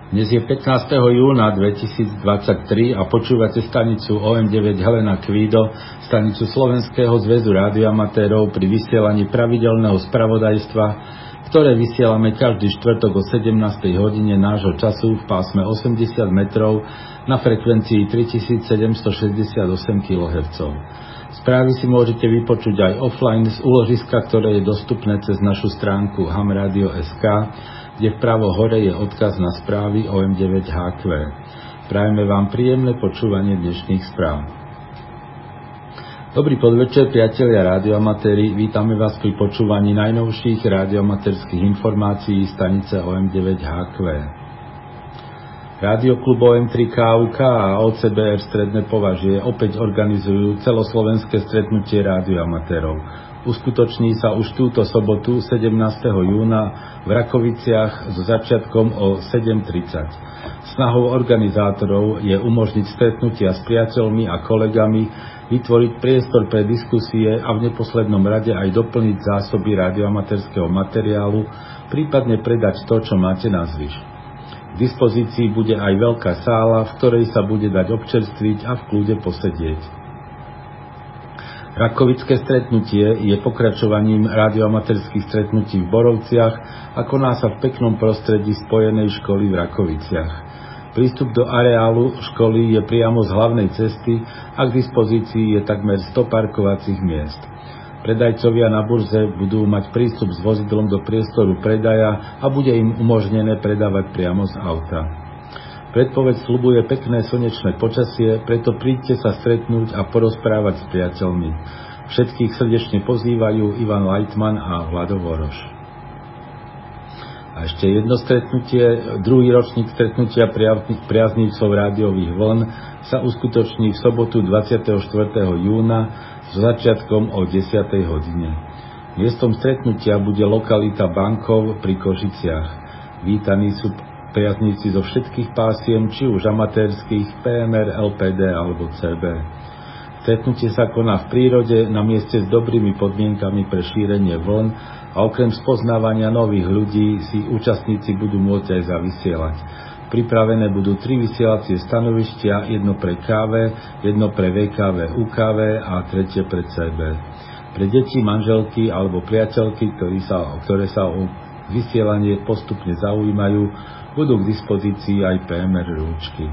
Dnes je 15. júna 2023 a počúvate stanicu OM9 Helena Kvído, stanicu Slovenského zväzu rádioamatérov pri vysielaní pravidelného spravodajstva, ktoré vysielame každý štvrtok o 17. hodine nášho času v pásme 80 metrov na frekvencii 3768 kHz. Správy si môžete vypočuť aj offline z úložiska, ktoré je dostupné cez našu stránku hamradio.sk, kde vpravo hore je odkaz na správy OM9HQ. Prajeme vám príjemné počúvanie dnešných správ. Dobrý podvečer, priatelia rádioamatéri, vítame vás pri počúvaní najnovších rádioamatérskych informácií stanice OM9HQ. Rádioklub OM3KUK a OCBR Stredné Považie opäť organizujú celoslovenské stretnutie rádioamatérov. Uskutoční sa už túto sobotu 17. júna v Rakoviciach so začiatkom o 7:30. Snahou organizátorov je umožniť stretnutia s priateľmi a kolegami, vytvoriť priestor pre diskusie a v neposlednom rade aj doplniť zásoby rádioamatérskeho materiálu, prípadne predať to, čo máte nazvyš. K dispozícii bude aj veľká sála, v ktorej sa bude dať občerstviť a v kľude posedieť. Rakovické stretnutie je pokračovaním rádioamatérskych stretnutí v Borovciach a koná sa v peknom prostredí spojenej školy v Rakoviciach. Prístup do areálu školy je priamo z hlavnej cesty a k dispozícii je takmer 100 parkovacích miest. Predajcovia na burze budú mať prístup s vozidlom do priestoru predaja a bude im umožnené predávať priamo z auta. Predpoveď sľubuje pekné slnečné počasie, preto príďte sa stretnúť a porozprávať s priateľmi. Všetkých srdečne pozývajú Ivan Leitman a Vlado Voroš. A ešte jedno stretnutie, druhý ročník stretnutia priaznivcov rádiových vln sa uskutoční v sobotu 24. júna s začiatkom o 10. hodine. Miestom stretnutia bude lokalita Bankov pri Košiciach. Vítaní sú priaznivci zo všetkých pásiem, či už amatérskych, PMR, LPD alebo CB. Stretnutie sa koná v prírode na mieste s dobrými podmienkami pre šírenie vln a okrem spoznávania nových ľudí si účastníci budú môcť aj zavysielať. Pripravené budú 3 vysielacie stanovištia, jedno pre KV, jedno pre VKV, UKV a tretie pre CB. Pre deti, manželky alebo priateľky, ktoré sa o vysielanie postupne zaujímajú, budú k dispozícii aj PMR rúčky.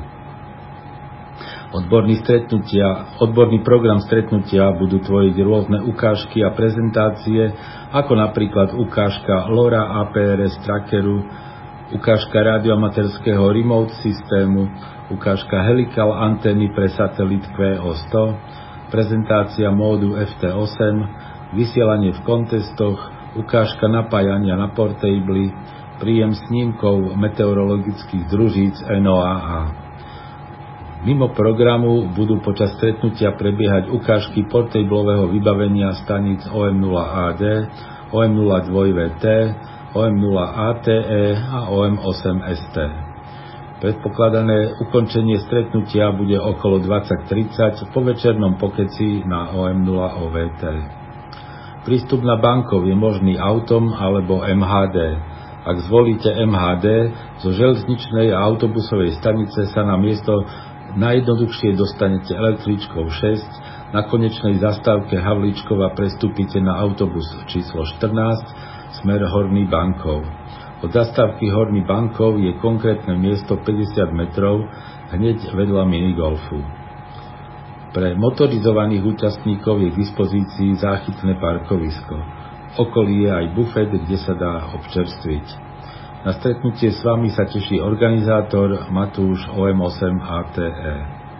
Odborný program stretnutia budú tvoriť rôzne ukážky a prezentácie, ako napríklad ukážka LoRa APRS trackeru, ukážka radioamatérskeho remote systému, ukážka helical antény pre satelit QO100, prezentácia módu FT8, vysielanie v kontestoch, ukážka napájania na portably, príjem snímkov meteorologických družíc NOAA. Mimo programu budú počas stretnutia prebiehať ukážky portablového vybavenia staníc OM0AD, OM02VT, OM0ATE a OM8ST. Predpokladané ukončenie stretnutia bude okolo 20:30 po večernom pokeci na OM0OVT. Prístup na Bankov je možný autom alebo MHD. Ak zvolíte MHD, zo železničnej a autobusovej stanice sa na miesto najjednoduchšie dostanete električkou 6, na konečnej zastávke Havlíčkova prestúpite na autobus číslo 14, smer Horný Bankov. Od zastávky Horný Bankov je konkrétne miesto 50 metrov hneď vedľa minigolfu. Pre motorizovaných účastníkov je k dispozícii záchytné parkovisko. V okolí je aj bufet, kde sa dá občerstviť. Na stretnutie s vami sa teší organizátor Matúš OM8ATE.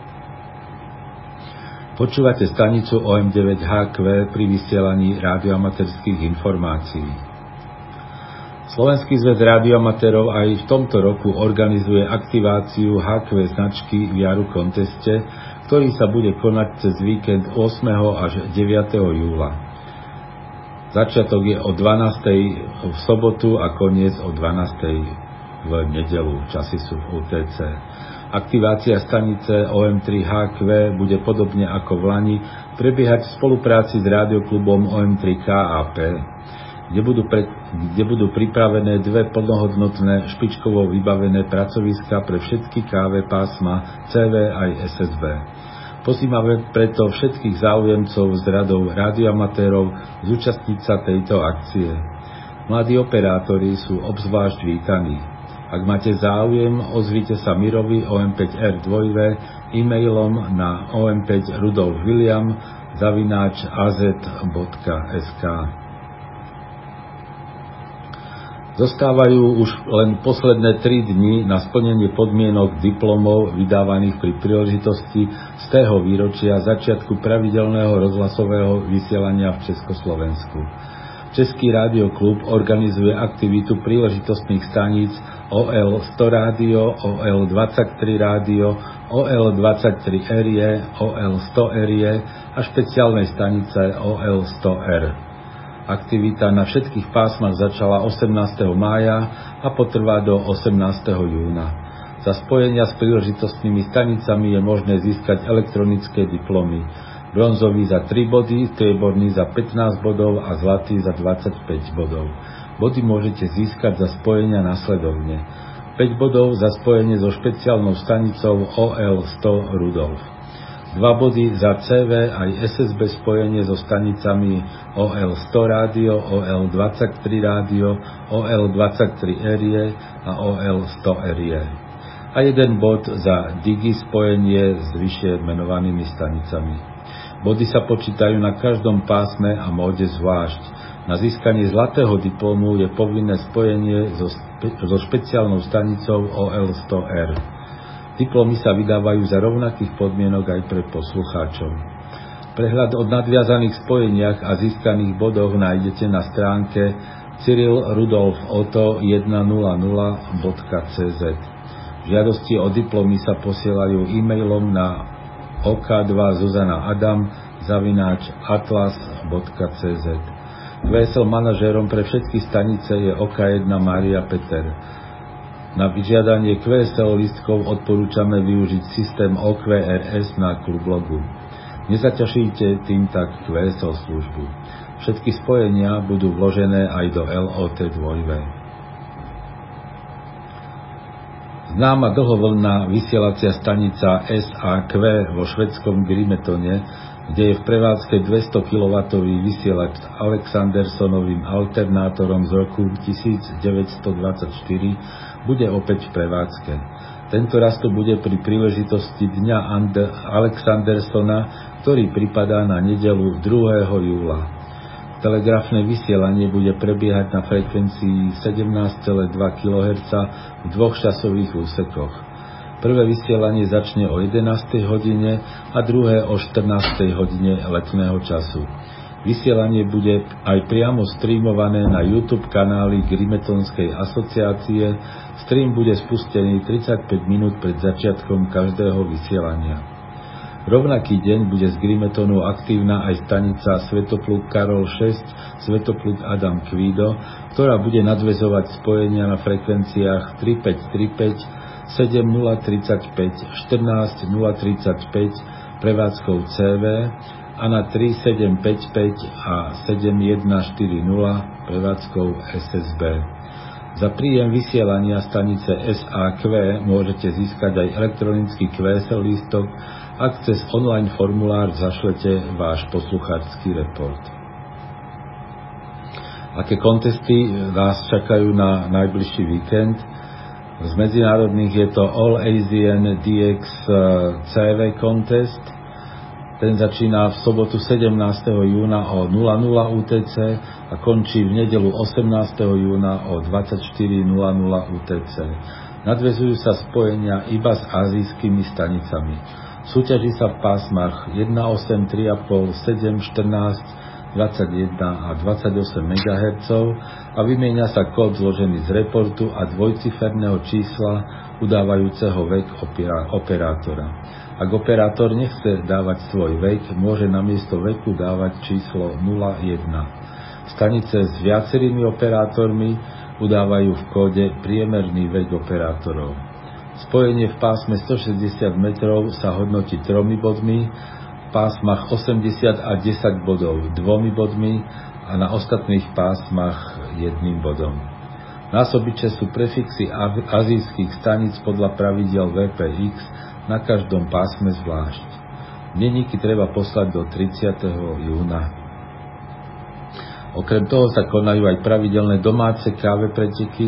Počúvate stanicu OM9HQ pri vysielaní rádioamatérskych informácií. Slovenský zväz rádioamatérov aj v tomto roku organizuje aktiváciu HQ značky v Jaru konteste, ktorý sa bude konať cez víkend 8. až 9. júla. Začiatok je o 12. v sobotu a koniec o 12. v nedeľu. Časy sú v UTC. Aktivácia stanice OM3HQ bude podobne ako v lani prebiehať v spolupráci s rádioklubom OM3KAP. kde budú pripravené 2 plnohodnotné špičkovo vybavené pracoviská pre všetky KV pásma CV aj SSB. Pozývame preto všetkých záujemcov z radov rádioamatérov zúčastniť sa tejto akcie. Mladí operátori sú obzvlášť vítaní. Ak máte záujem, ozvite sa Mirovi OM5R2 e-mailom na om5rudolfwilliam@az.sk. Zostávajú už len posledné 3 dni na splnenie podmienok diplomov vydávaných pri príležitosti z tého výročia začiatku pravidelného rozhlasového vysielania v Československu. Český rádioklub organizuje aktivitu príležitostných staníc OL 100 rádio, OL 23 rádio, OL 23 érie, OL 100 érie a špeciálnej stanice OL 100R. Aktivita na všetkých pásmach začala 18. mája a potrvá do 18. júna. Za spojenia s príležitostnými stanicami je možné získať elektronické diplomy. Bronzový za 3 body, strieborný za 15 bodov a zlatý za 25 bodov. Body môžete získať za spojenia nasledovne. 5 bodov za spojenie so špeciálnou stanicou OL 100 Rudolf. 2 body za CV aj SSB spojenie so stanicami OL 100 rádio, OL 23 rádio, OL 23 érie a OL 100 érie. A 1 bod za Digi spojenie s vyššie menovanými stanicami. Body sa počítajú na každom pásme a móde zvlášť. Na získanie zlatého diplomu je povinné spojenie so špeciálnou stanicou OL 100R. Diplomy sa vydávajú za rovnakých podmienok aj pre poslucháčov. Prehľad o nadviazaných spojeniach a získaných bodoch nájdete na stránke cyrilrudolfoto100.cz. Žiadosti o diplomy sa posielajú e-mailom na ok2zuzanaadam@atlas.cz. QSL manažérom pre všetky stanice je OK1 Mária Peter. Na vyžiadanie QSL lístkov odporúčame využiť systém OQRS na klublogu. Nezaťažujte tým tak QSL službu. Všetky spojenia budú vložené aj do LOT2. Známa dlhovlnná vysielacia stanica SAQ vo švédskom Grimetone, kde je v prevádzke 200 kW vysielač s Alexandersonovým alternátorom z roku 1924, bude opäť v prevádzke. Tento raz to bude pri príležitosti Dňa Alexandersona, ktorý pripadá na nedeľu 2. júla. Telegrafné vysielanie bude prebiehať na frekvencii 17,2 kHz v 2 časových úsekoch. Prvé vysielanie začne o 11. hodine a druhé o 14. hodine letného času. Vysielanie bude aj priamo streamované na YouTube kanály Grimetonskej asociácie. Stream bude spustený 35 minút pred začiatkom každého vysielania. Rovnaký deň bude z Grimetonu aktívna aj stanica Svetopluk Karol 6, Svetopluk Adam Kvído, ktorá bude nadväzovať spojenia na frekvenciách 3535, 7035, 14035 prevádzkou CV a na 3755 a 7140 prevádzkou SSB. Za príjem vysielania stanice SAQ môžete získať aj elektronický QSL lístok, ak cez online formulár zašlete váš poslucháčsky report. Aké kontesty vás čakajú na najbližší víkend? Z medzinárodných je to All Asian DX CV Contest. Ten začína v sobotu 17. júna o 00 UTC a končí v nedeľu 18. júna o 24:00 UTC. Nadväzujú sa spojenia iba s azijskými stanicami. Súťaží sa v pásmach 1,8, 3,5, 7, 14, 21 a 28 MHz a vymieňa sa kód zložený z reportu a dvojciferného čísla udávajúceho vek operátora. Ak operátor nechce dávať svoj vek, môže namiesto veku dávať číslo 01. Stanice s viacerými operátormi udávajú v kóde priemerný vek operátorov. Spojenie v pásme 160 metrov sa hodnotí 3 bodmi, v pásmach 80 a 10 bodov 2 bodmi a na ostatných pásmach 1 bodom. Násobiče sú prefixy azijských staníc podľa pravidiel VPX na každom pásme zvlášť. Denníky treba poslať do 30. júna. Okrem toho sa konajú aj pravidelné domáce káve preteky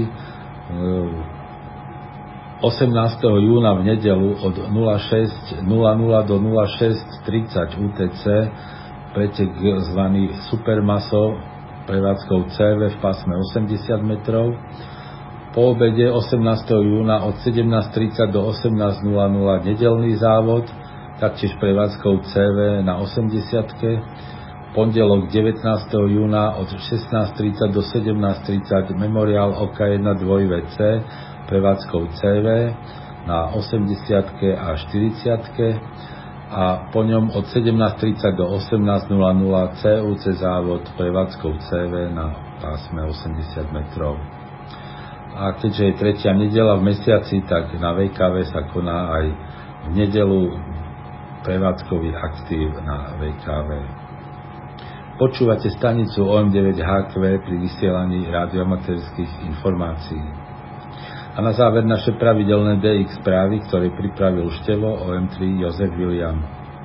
18. júna v nedeľu od 06:00 do 06:30 UTC pretek zvaný Supermaso prevádzkou CV v pásme 80 metrov. Po obede 18. júna od 17:30 do 18:00 nedeľný závod, taktiež prevádzkou CV na 80-ke. Pondelok 19. júna od 16:30 do 17:30 Memoriál OK1 2VC prevádzkou CV na 80-ke a 40-ke a po ňom od 17:30 do 18:00 CUC závod prevádzkou CV na pásme 80 metrov. A keďže je tretia nedeľa v mesiaci, tak na VKV sa koná aj v nedeľu prevádzkový aktív na VKV. Počúvate stanicu OM9HQ pri vysielaní radioamatérskych informácií. A na záver naše pravidelné DX správy, ktoré pripravil števo OM3 Jozef William.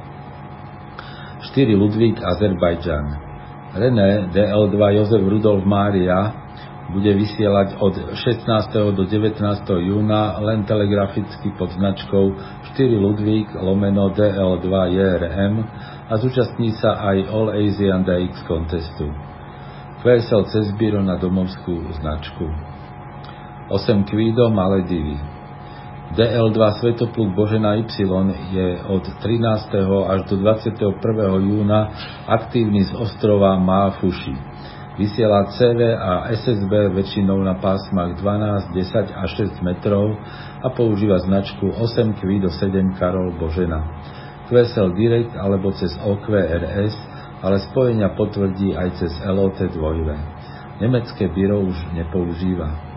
4 Ludvík Azerbajdžan. René DL2 Jozef Rudolf Mária bude vysielať od 16. do 19. júna len telegraficky pod značkou 4 Ludvík lomeno DL2 JRM a zúčastní sa aj All Asian DX contestu. QSL cez Biro na domovskú značku. 8 Kvído Maledivy. DL2 Svetopluk Božena Y je od 13. až do 21. júna aktívny z ostrova Maafuši. Vysiela CV a SSB väčšinou na pásmach 12, 10 a 6 metrov a používa značku 8 Kvído 7 Karol Božena. QSL Direct alebo cez OQRS, ale spojenia potvrdí aj cez LOT 2. Nemecké biro už nepoužíva.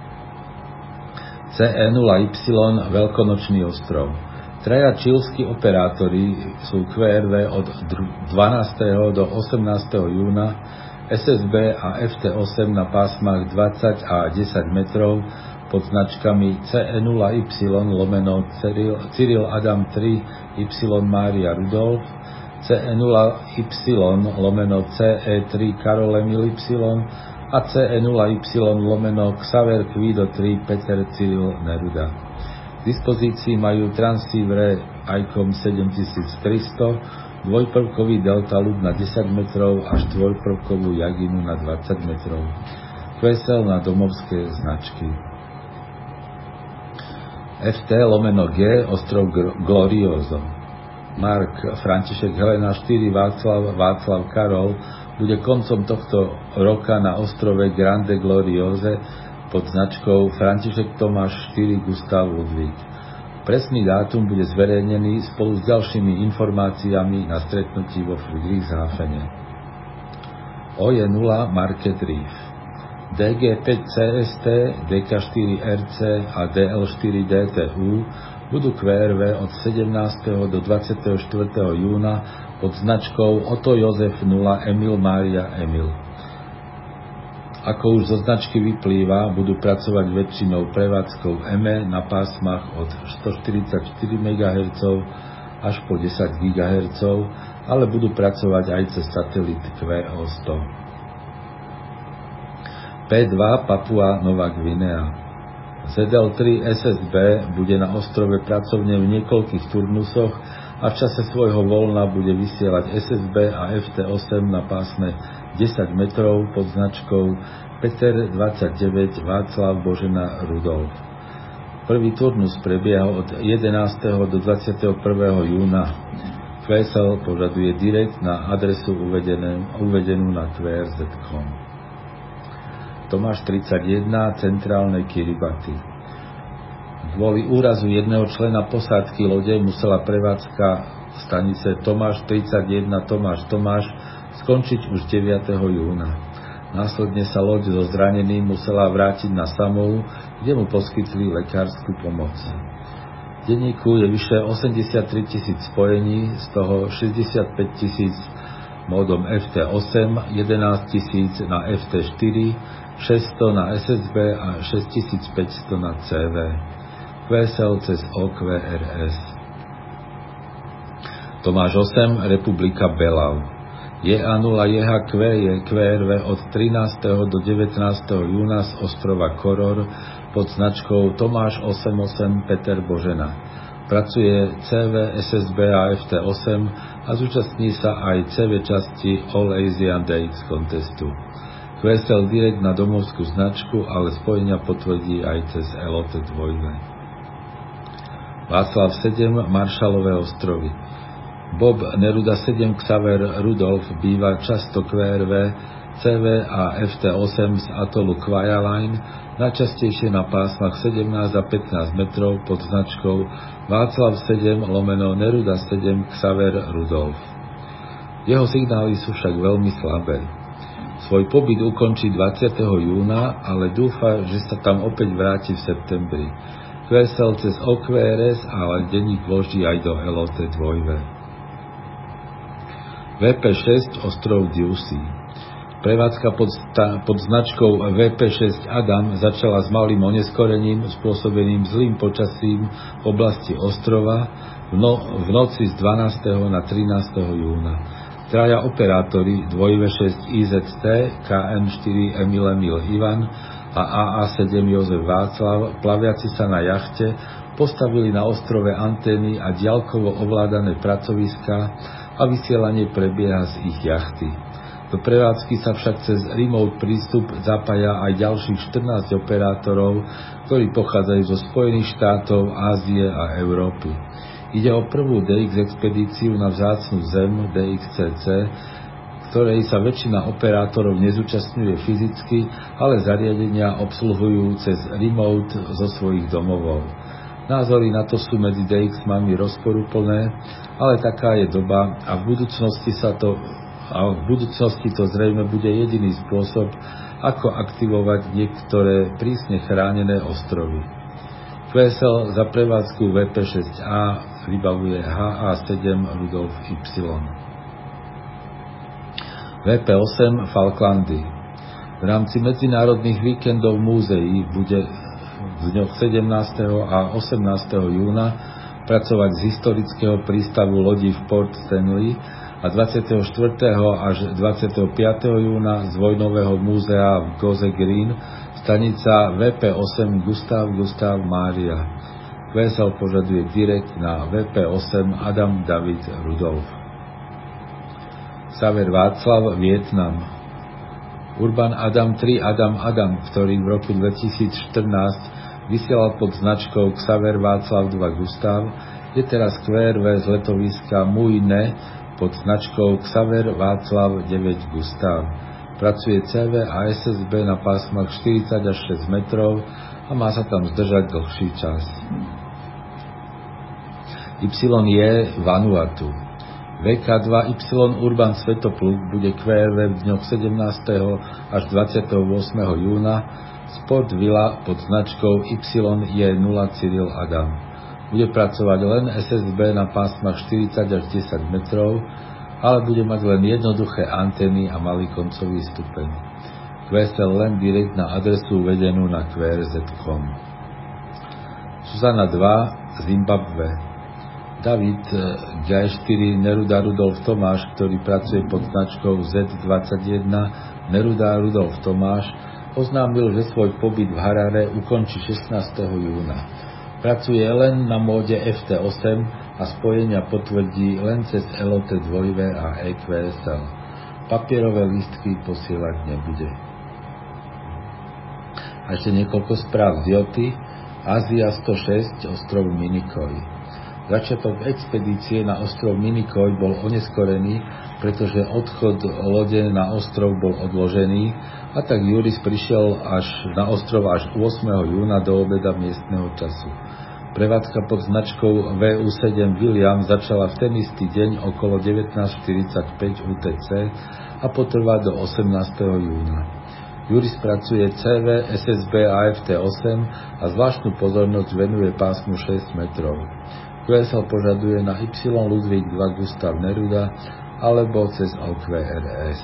CE0Y Veľkonočný ostrov. Traja čilskí operátori sú QRV od 12. do 18. júna, SSB a FT8 na pásmach 20 a 10 metrov pod značkami CE0Y lomeno Cyril Adam 3 Y Mária Rudolf, CE0Y lomeno CE3 Karol Emil Y a CE0Y lomeno Xaver Kvído 3 Peter Cyril Neruda. V dispozícii majú transcívre ICOM 7300, dvojprvkový Delta Loop na 10 metrov a štvorprvkovú Jaginu na 20 metrov. QSL na domovské značky. FT lomeno G ostrov Glorioso. Mark František Helena 4 Václav Karol bude koncom tohto roka na ostrove Grande Gloriose pod značkou František Tomáš 4 Gustav Ludvík. Presný dátum bude zverejnený spolu s ďalšími informáciami na stretnutí vo Friedrichshafene. OJ0 Market Reef. DG5 CST, DK4RC a DL4 DTU budú QRV od 17. do 24. júna pod značkou Otto Jozef 0 Emil Mária Emil. Ako už zo značky vyplýva, budú pracovať väčšinou prevádzkou EME na pásmach od 144 MHz až po 10 GHz, ale budú pracovať aj cez satelit QO100. P2 Papua Nová Gvinea. ZL3 SSB bude na ostrove pracovne v niekoľkých turnusoch a v čase svojho voľna bude vysielať SSB a FT8 na pásme 10 metrov pod značkou Peter 29 Václav Božena Rudolf. Prvý turnus prebieha od 11. do 21. júna. QSL požaduje direkt na adresu uvedenú na qrz.com. Tomáš 31 Centrálne Kiribati. Kvôli úrazu jedného člena posádky lode musela prevádzka stanice Tomáš 31 Tomáš skončiť už 9. júna. Následne sa loď so zraneným musela vrátiť na Samou, kde mu poskytli lekárskú pomoc. V denníku je vyše 83 000 spojení, z toho 65 000 módom FT8 11000 na FT4, 600 na SSB a 6500 na CV. QSL cez OQRS. Tomáš 8, Republika Belau. JA0 JHQ je QRV od 13. do 19. júna z ostrova Koror pod značkou Tomáš 88 Peter Božena. Pracuje CV, SSB a FT8 a zúčastní sa aj CV časti All Asian DX Contestu. QSL direkt na domovskú značku, ale spojenia potvrdí aj cez LOT2. Václav 7, Maršalové ostrovy. Bob Neruda 7 Xaver Rudolf býva často QRV, CV a FT8 z atolu Kwajalein, najčastejšie na pásmach 17 a 15 metrov pod značkou Václav 7 lomeno Neruda 7 Xaver Rudolf. Jeho signály sú však veľmi slabé. Svoj pobyt ukončí 20. júna, ale dúfa, že sa tam opäť vráti v septembri. QSL cez OQRS, ale denník vloží aj do LOT2. VP6 ostrov Diusy. Prevádzka pod značkou VP6 Adam začala s malým oneskorením spôsobeným zlým počasím v oblasti ostrova v noci z 12. na 13. júna. Traja operátori 2V6 IZT, KM4 Emil Ivan a AA7 Jozef Václav, plaviaci sa na jachte, postavili na ostrove antény a diaľkovo ovládané pracoviská a vysielanie prebieha z ich jachty. Do prevádzky sa však cez remote prístup zapája aj ďalších 14 operátorov, ktorí pochádzajú zo Spojených štátov, Ázie a Európy. Ide o prvú DX expedíciu na vzácnu zem DXCC, ktorej sa väčšina operátorov nezúčastňuje fyzicky, ale zariadenia obsluhujú cez remote zo svojich domovov. Názory na to sú medzi DX-mami rozporuplné, ale taká je doba a v budúcnosti to zrejme bude jediný spôsob, ako aktivovať niektoré prísne chránené ostrovy. QSL za prevádzku VP6A vybavuje HA7 Rudolf Y. VP8 Falklandy. V rámci medzinárodných víkendov múzeí bude v dňoch 17. a 18. júna pracovať z historického prístavu lodí v Port Stanley a 24. až 25. júna z vojnového múzea v Goze Green stanica VP8 Gustav Mária. QSL požaduje direkt na VP8 Adam David Rudolf. Xaver Václav, Vietnam. Urban Adam 3 Adam, ktorý v roku 2014 vysielal pod značkou Xaver Václav 2 Gustav, je teraz QRV z letoviska Mui Ne pod značkou Xaver Václav 9 Gustav. Pracuje CV a SSB na pásmach 40 až 6 metrov a má sa tam zdržať dlhší čas. YE Vanuatu. VK2Y Urban Svetopluk bude QRV v dňoch 17. až 28. júna Sport Villa pod značkou YE0 Cyril Adam. Bude pracovať len SSB na pásmach 40 až 10 metrov, ale bude mať len jednoduché antény a malý koncový stupeň. QSL len direkt na adresu uvedenú na qrz.com. Zuzana 2 Zimbabwe. David G4 Neruda Rudolf Tomáš, ktorý pracuje pod značkou Z21 Neruda Rudolf Tomáš, oznámil, že svoj pobyt v Harare ukončí 16. júna. Pracuje len na móde FT8 a spojenia potvrdí len cez LOT2 a EQSL. Papierové lístky posielať nebude. A ešte niekoľko správ z Joty. Ázia 106, ostrov Minikoj. Začiatok expedície na ostrov Minikoj bol oneskorený, pretože odchod lode na ostrov bol odložený a tak Juris prišiel na ostrov až 8. júna do obeda miestneho času. Prevádzka pod značkou VU7 William začala v ten istý deň okolo 19:45 UTC a potrvá do 18. júna. Juris pracuje CV, SSB a FT8 a zvláštnu pozornosť venuje pásmu 6 metrov. QSL požaduje na Y Ludvík 2 Gustav Neruda alebo cez OQRS.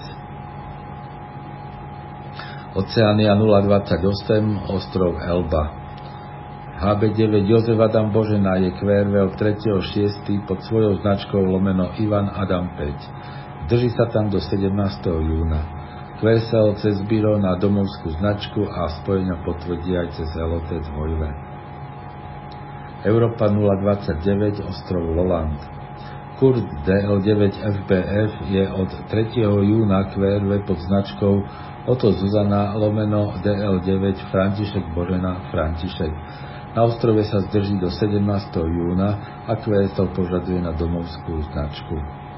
Oceania 028, ostrov Elba. HB9 Jozef Adam Božena je QRV od 3.6. pod svojou značkou lomeno Ivan Adam 5. Drží sa tam do 17. júna. QSL cez Biro na domovskú značku a spojenia potvrdí aj cez LOT z Vojve. Európa 029, ostrov Loland. Kurz DL9 FBF je od 3. júna QRV pod značkou Oto Zuzana lomeno DL9 František Božena František. Na ostrove sa zdrží do 17. júna a QSL požaduje na domovskú značku.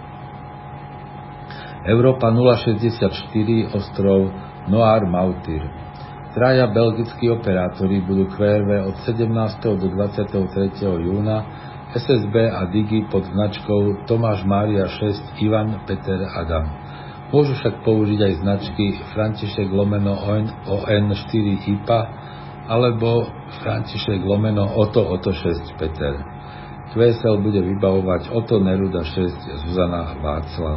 Európa 064, ostrov Noir Mautir. Traja belgickí operátori budú QRV od 17. do 23. júna, SSB a Digi pod značkou Tomáš Mária 6 Ivan Peter Adam. Môžu však použiť aj značky František lomeno ON4 IPA alebo František lomeno Oto 6 Peter. QSL bude vybavovať Oto Neruda 6 Zuzana Václav.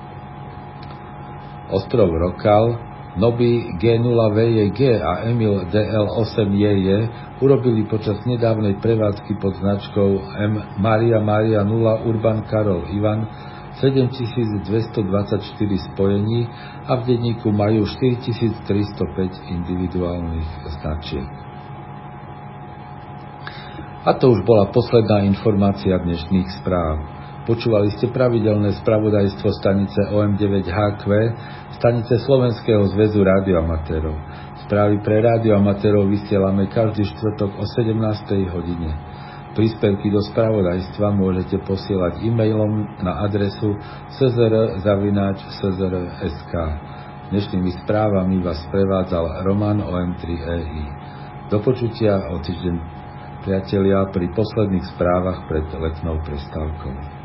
Ostrov Rokal, Noby G0VJG a Emil DL8JJ urobili počas nedávnej prevádzky pod značkou M Maria 0 Urban Karol Ivan 7224 spojení a v denníku majú 4305 individuálnych značiek. A to už bola posledná informácia dnešných správ. Počúvali ste pravidelné spravodajstvo stanice OM9HQ, stanice Slovenského zväzu rádioamatérov. Správy pre rádioamatérov vysielame každý štvrtok o 17. hodine. Príspevky do spravodajstva môžete posielať e-mailom na adresu czr@czr.sk. Dnešnými správami vás prevádzal Roman OM3EI. Do počutia o týždeň, priatelia, pri posledných správach pred letnou prestávkou.